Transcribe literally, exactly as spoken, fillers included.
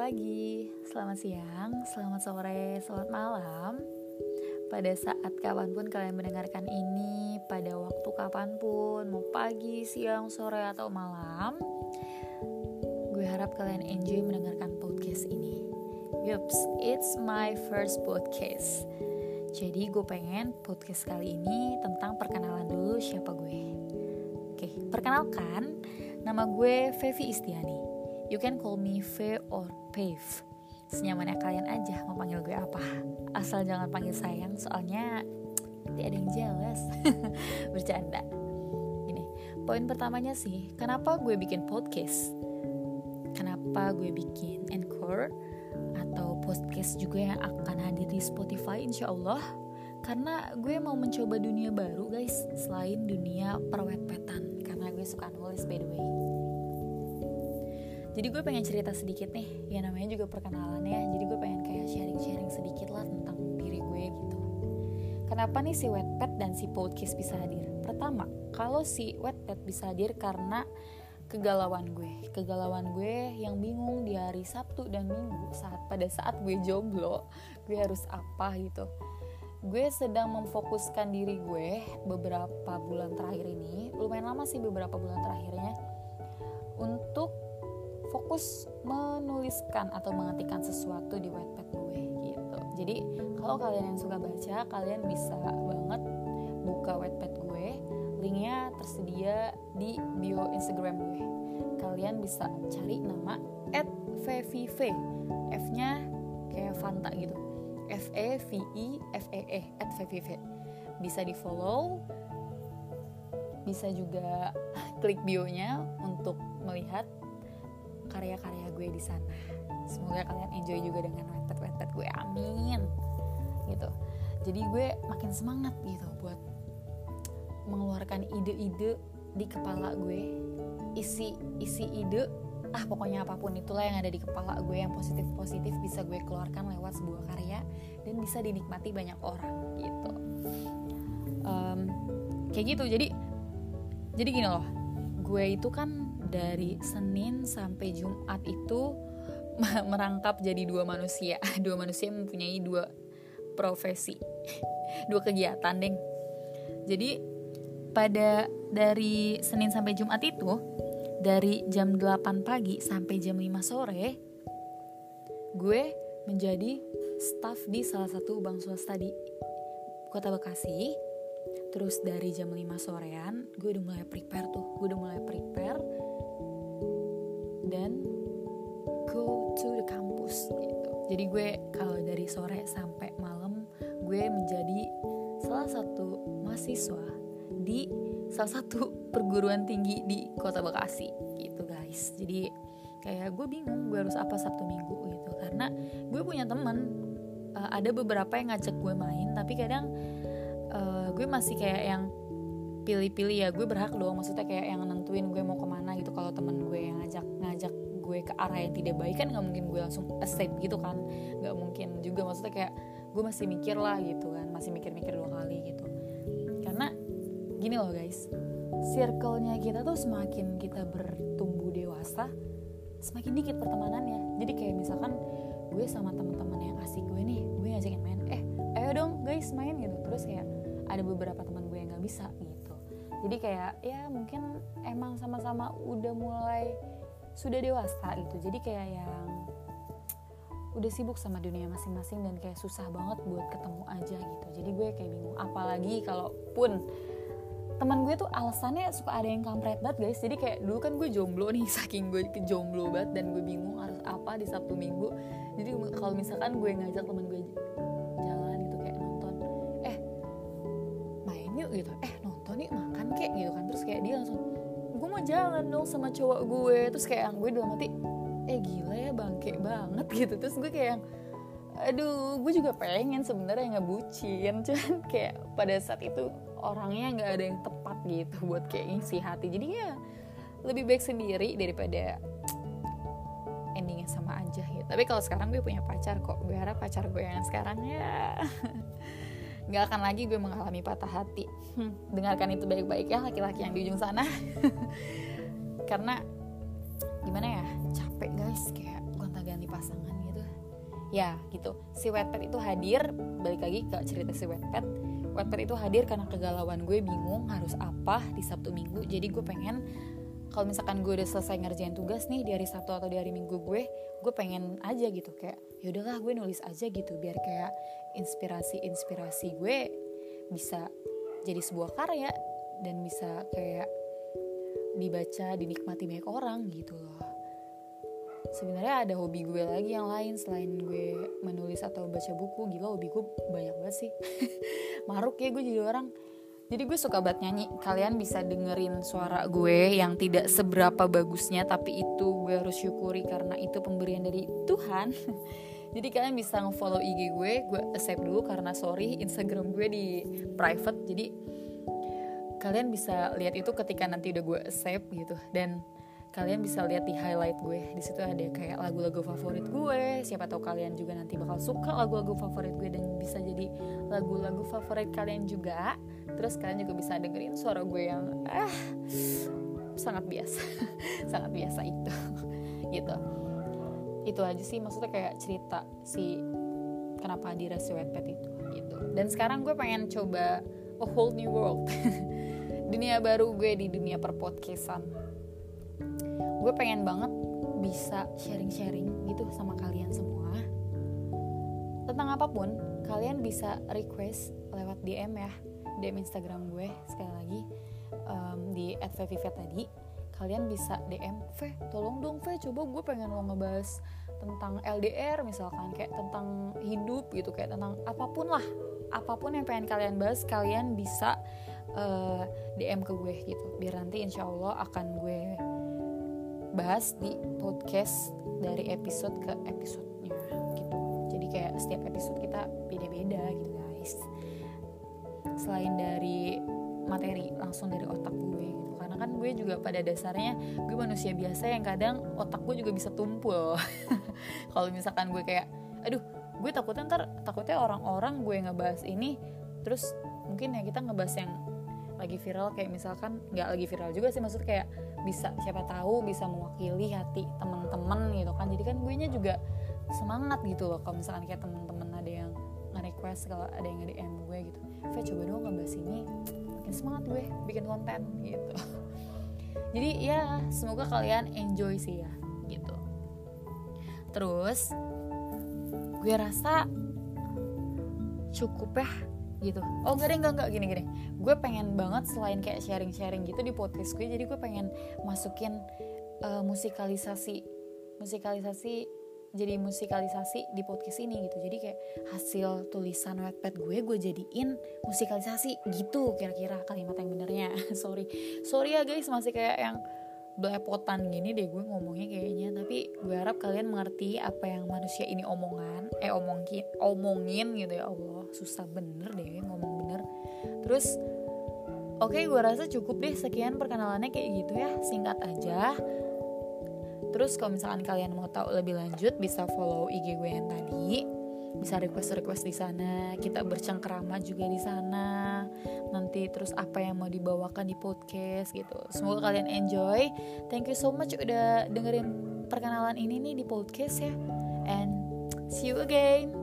pagi, selamat siang, selamat sore, selamat malam. Pada saat kapanpun kalian mendengarkan ini, pada waktu kapanpun, mau pagi, siang, sore, atau malam, gue harap kalian enjoy mendengarkan podcast ini. Yups, it's my first podcast. Jadi gue pengen podcast kali ini tentang perkenalan dulu siapa gue. Oke, perkenalkan, nama gue Fevi Istiani. You can call me Fe or Pev. Senyamannya kalian aja mau panggil gue apa. Asal jangan panggil sayang, soalnya nanti ada yang jealous. Bercanda. Gini, poin pertamanya sih, kenapa gue bikin podcast? Kenapa gue bikin Anchor atau podcast juga yang akan hadir di Spotify insya Allah? Karena gue mau mencoba dunia baru guys, selain dunia perwet-wetan. Karena gue suka nulis by the way. Jadi gue pengen cerita sedikit nih, ya namanya juga perkenalan ya. Jadi gue pengen kayak sharing-sharing sedikit lah tentang diri gue gitu. Kenapa nih si Wattpad dan si podcast bisa hadir? Pertama, kalau si Wattpad bisa hadir karena kegalauan gue. Kegalauan gue yang bingung di hari Sabtu dan Minggu saat pada saat gue jomblo, gue harus apa gitu. Gue sedang memfokuskan diri gue beberapa bulan terakhir ini, lumayan lama sih beberapa bulan terakhirnya, untuk fokus menuliskan atau mengetikkan sesuatu di Wattpad gue gitu. Jadi kalau kalian yang suka baca, kalian bisa banget buka Wattpad gue. Linknya tersedia di bio Instagram gue. Kalian bisa cari nama et fevive, F-nya kayak Fanta gitu, F E V I F E E et fevive. Bisa di follow, bisa juga klik bionya untuk melihat karya-karya gue di sana. Semoga kalian enjoy juga dengan Wattpad-Wattpad gue, amin. Gitu. Jadi gue makin semangat gitu buat mengeluarkan ide-ide di kepala gue. Isi isi ide, ah pokoknya apapun itulah yang ada di kepala gue yang positif-positif bisa gue keluarkan lewat sebuah karya dan bisa dinikmati banyak orang gitu. Um, kayak gitu. Jadi jadi gini loh. Gue itu kan dari Senin sampai Jumat itu merangkap jadi dua manusia. Dua manusia mempunyai dua profesi, dua kegiatan, deng. Jadi pada dari Senin sampai Jumat itu, dari jam delapan pagi sampai jam lima sore, gue menjadi staf di salah satu bank swasta di Kota Bekasi. Terus dari jam lima sorean, gue udah mulai prepare tuh. Gue udah mulai prepare dan go to the campus gitu. Jadi gue kalau dari sore sampai malam, gue menjadi salah satu mahasiswa di salah satu perguruan tinggi di Kota Bekasi gitu guys. Jadi kayak gue bingung gue harus apa Sabtu Minggu gitu. Karena gue punya teman, uh, ada beberapa yang ngajak gue main, tapi kadang Uh, gue masih kayak yang pilih-pilih ya. Gue berhak dong, maksudnya kayak yang nentuin gue mau kemana gitu. Kalau temen gue yang ngajak ngajak gue ke arah yang tidak baik kan nggak mungkin gue langsung accept gitu kan, nggak mungkin juga. Maksudnya kayak gue masih mikir lah gitu kan, masih mikir-mikir dua kali gitu. Karena gini loh guys, circle-nya kita tuh semakin kita bertumbuh dewasa, semakin dikit pertemanannya. Jadi kayak misalkan gue sama teman-teman yang asik gue nih, gue ngajakin main, eh ayo dong guys main gitu. Terus kayak ada beberapa teman gue yang nggak bisa gitu. Jadi kayak ya mungkin emang sama-sama udah mulai sudah dewasa gitu. Jadi kayak yang udah sibuk sama dunia masing-masing dan kayak susah banget buat ketemu aja gitu. Jadi gue kayak bingung. Apalagi kalaupun teman gue tuh alasannya suka ada yang kampret banget guys. Jadi kayak dulu kan gue jomblo nih, saking gue jomblo banget dan gue bingung harus apa di Sabtu Minggu. Jadi kalau misalkan gue ngajak teman gue jalan gitu kayak nonton, eh main yuk gitu, eh nonton yuk makan kayak gitu kan. Terus kayak dia langsung, gue mau jalan dong sama cowok gue. Terus kayak yang gue dalam hati, eh gila ya bangke banget gitu. Terus gue kayak yang, aduh gue juga pengen sebenarnya ngebucin, cuman kayak pada saat itu orangnya nggak ada yang tepat gitu buat kayak ngisi hati. Jadi ya lebih baik sendiri daripada endingnya sama aja gitu. Tapi kalau sekarang gue punya pacar kok. Gue harap pacar gue yang sekarang ya nggak akan lagi gue mengalami patah hati. hmm, Dengarkan itu baik-baik ya laki-laki yang di ujung sana. Karena gimana ya, capek guys, kayak gonta-ganti pasangan gitu. Ya gitu, si Wattpad itu hadir, balik lagi ke cerita si Wattpad. Wattpad itu hadir karena kegalauan gue bingung harus apa di Sabtu Minggu. Jadi gue pengen, kalau misalkan gue udah selesai ngerjain tugas nih di hari Sabtu atau di hari Minggu gue, gue pengen aja gitu kayak, yaudahlah gue nulis aja gitu, biar kayak inspirasi-inspirasi gue bisa jadi sebuah karya dan bisa kayak dibaca, dinikmati banyak orang gitu loh. Sebenarnya ada hobi gue lagi yang lain selain gue menulis atau baca buku. Gila, hobi gue banyak banget sih. Maruk ya gue jadi orang. Jadi gue suka banget nyanyi. Kalian bisa dengerin suara gue yang tidak seberapa bagusnya, tapi itu gue harus syukuri karena itu pemberian dari Tuhan. Jadi kalian bisa nge-follow I G gue. Gue accept dulu karena sorry Instagram gue di private. Jadi kalian bisa lihat itu ketika nanti udah gue accept gitu. Dan kalian bisa lihat di highlight gue. Di situ ada kayak lagu-lagu favorit gue. Siapa tahu kalian juga nanti bakal suka lagu-lagu favorit gue dan bisa jadi lagu-lagu favorit kalian juga. Terus kalian juga bisa dengerin suara gue yang ah sangat biasa. sangat biasa itu. gitu. Itu aja sih, maksudnya kayak cerita si kenapa hadirnya si Wattpad itu gitu. Dan sekarang gue pengen coba a whole new world. Dunia baru gue di dunia perpodcastan. Gue pengen banget bisa sharing-sharing gitu sama kalian semua tentang apapun. Kalian bisa request lewat D M ya, D M Instagram gue sekali lagi um, di at fevivet tadi. Kalian bisa D M, Ve, tolong dong Ve, coba gue pengen lo ngebahas tentang L D R misalkan, kayak tentang hidup gitu, kayak tentang apapun lah, apapun yang pengen kalian bahas, kalian bisa uh, D M ke gue gitu, biar nanti insya Allah akan gue bahas di podcast dari episode ke episodenya gitu. Jadi kayak setiap episode kita beda-beda gitu guys, selain dari materi langsung dari otak gue gitu. Karena kan gue juga pada dasarnya gue manusia biasa yang kadang otak gue juga bisa tumpul. Kalau misalkan gue kayak aduh, gue takutnya ntar takutnya orang-orang gue ngebahas ini terus mungkin ya kita ngebahas yang lagi viral, kayak misalkan nggak lagi viral juga sih, maksud kayak bisa siapa tahu bisa mewakili hati teman-teman gitu kan. Jadi kan gue nya juga semangat gitu loh kalau misalkan kayak teman-teman ada yang nge-request, kalau ada yang nge-D M gue gitu, Ve coba dong ngebahas ini, makin semangat gue bikin konten gitu. Jadi ya semoga kalian enjoy sih ya gitu. Terus gue rasa cukup ya gitu. Oh enggak deh, enggak, enggak, gini-gini. Gue pengen banget selain kayak sharing-sharing gitu di podcast gue, jadi gue pengen masukin uh, musikalisasi musikalisasi jadi musikalisasi di podcast ini gitu. Jadi kayak hasil tulisan Wattpad gue gue jadiin musikalisasi gitu, kira-kira kalimat yang benernya. sorry sorry ya guys, masih kayak yang belepotan gini deh gue ngomongnya kayaknya. Tapi gue harap kalian mengerti apa yang manusia ini omongan eh omongin omongin gitu. Ya Allah, susah bener deh ngomong bener. Terus oke, okay, gue rasa cukup deh sekian perkenalannya kayak gitu ya, singkat aja. Terus kalau misalkan kalian mau tahu lebih lanjut bisa follow I G gue yang tadi, bisa request-request di sana, kita bercengkerama juga di sana. Nanti terus apa yang mau dibawakan di podcast gitu. Semoga kalian enjoy. Thank you so much udah dengerin perkenalan ini nih di podcast ya. And see you again.